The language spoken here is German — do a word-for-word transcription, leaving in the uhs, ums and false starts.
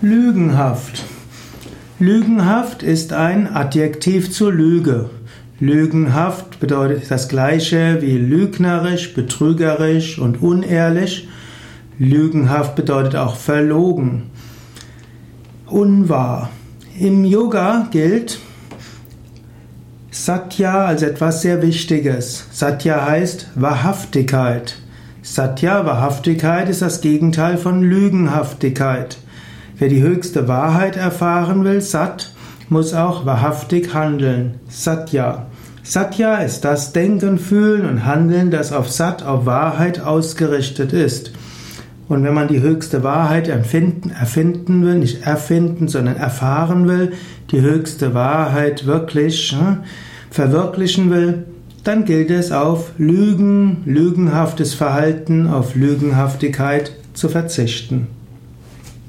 Lügenhaft. Lügenhaft ist ein Adjektiv zur Lüge. Lügenhaft bedeutet das Gleiche wie lügnerisch, betrügerisch und unehrlich. Lügenhaft bedeutet auch verlogen, unwahr. Im Yoga gilt Satya als etwas sehr Wichtiges. Satya heißt Wahrhaftigkeit. Satya, Wahrhaftigkeit, ist das Gegenteil von Lügenhaftigkeit. Wer die höchste Wahrheit erfahren will, Sat, muss auch wahrhaftig handeln. Satya. Satya ist das Denken, Fühlen und Handeln, das auf Sat, auf Wahrheit ausgerichtet ist. Und wenn man die höchste Wahrheit erfinden, erfinden will, nicht erfinden, sondern erfahren will, die höchste Wahrheit wirklich hm, verwirklichen will, dann gilt es auf Lügen, lügenhaftes Verhalten, auf Lügenhaftigkeit zu verzichten.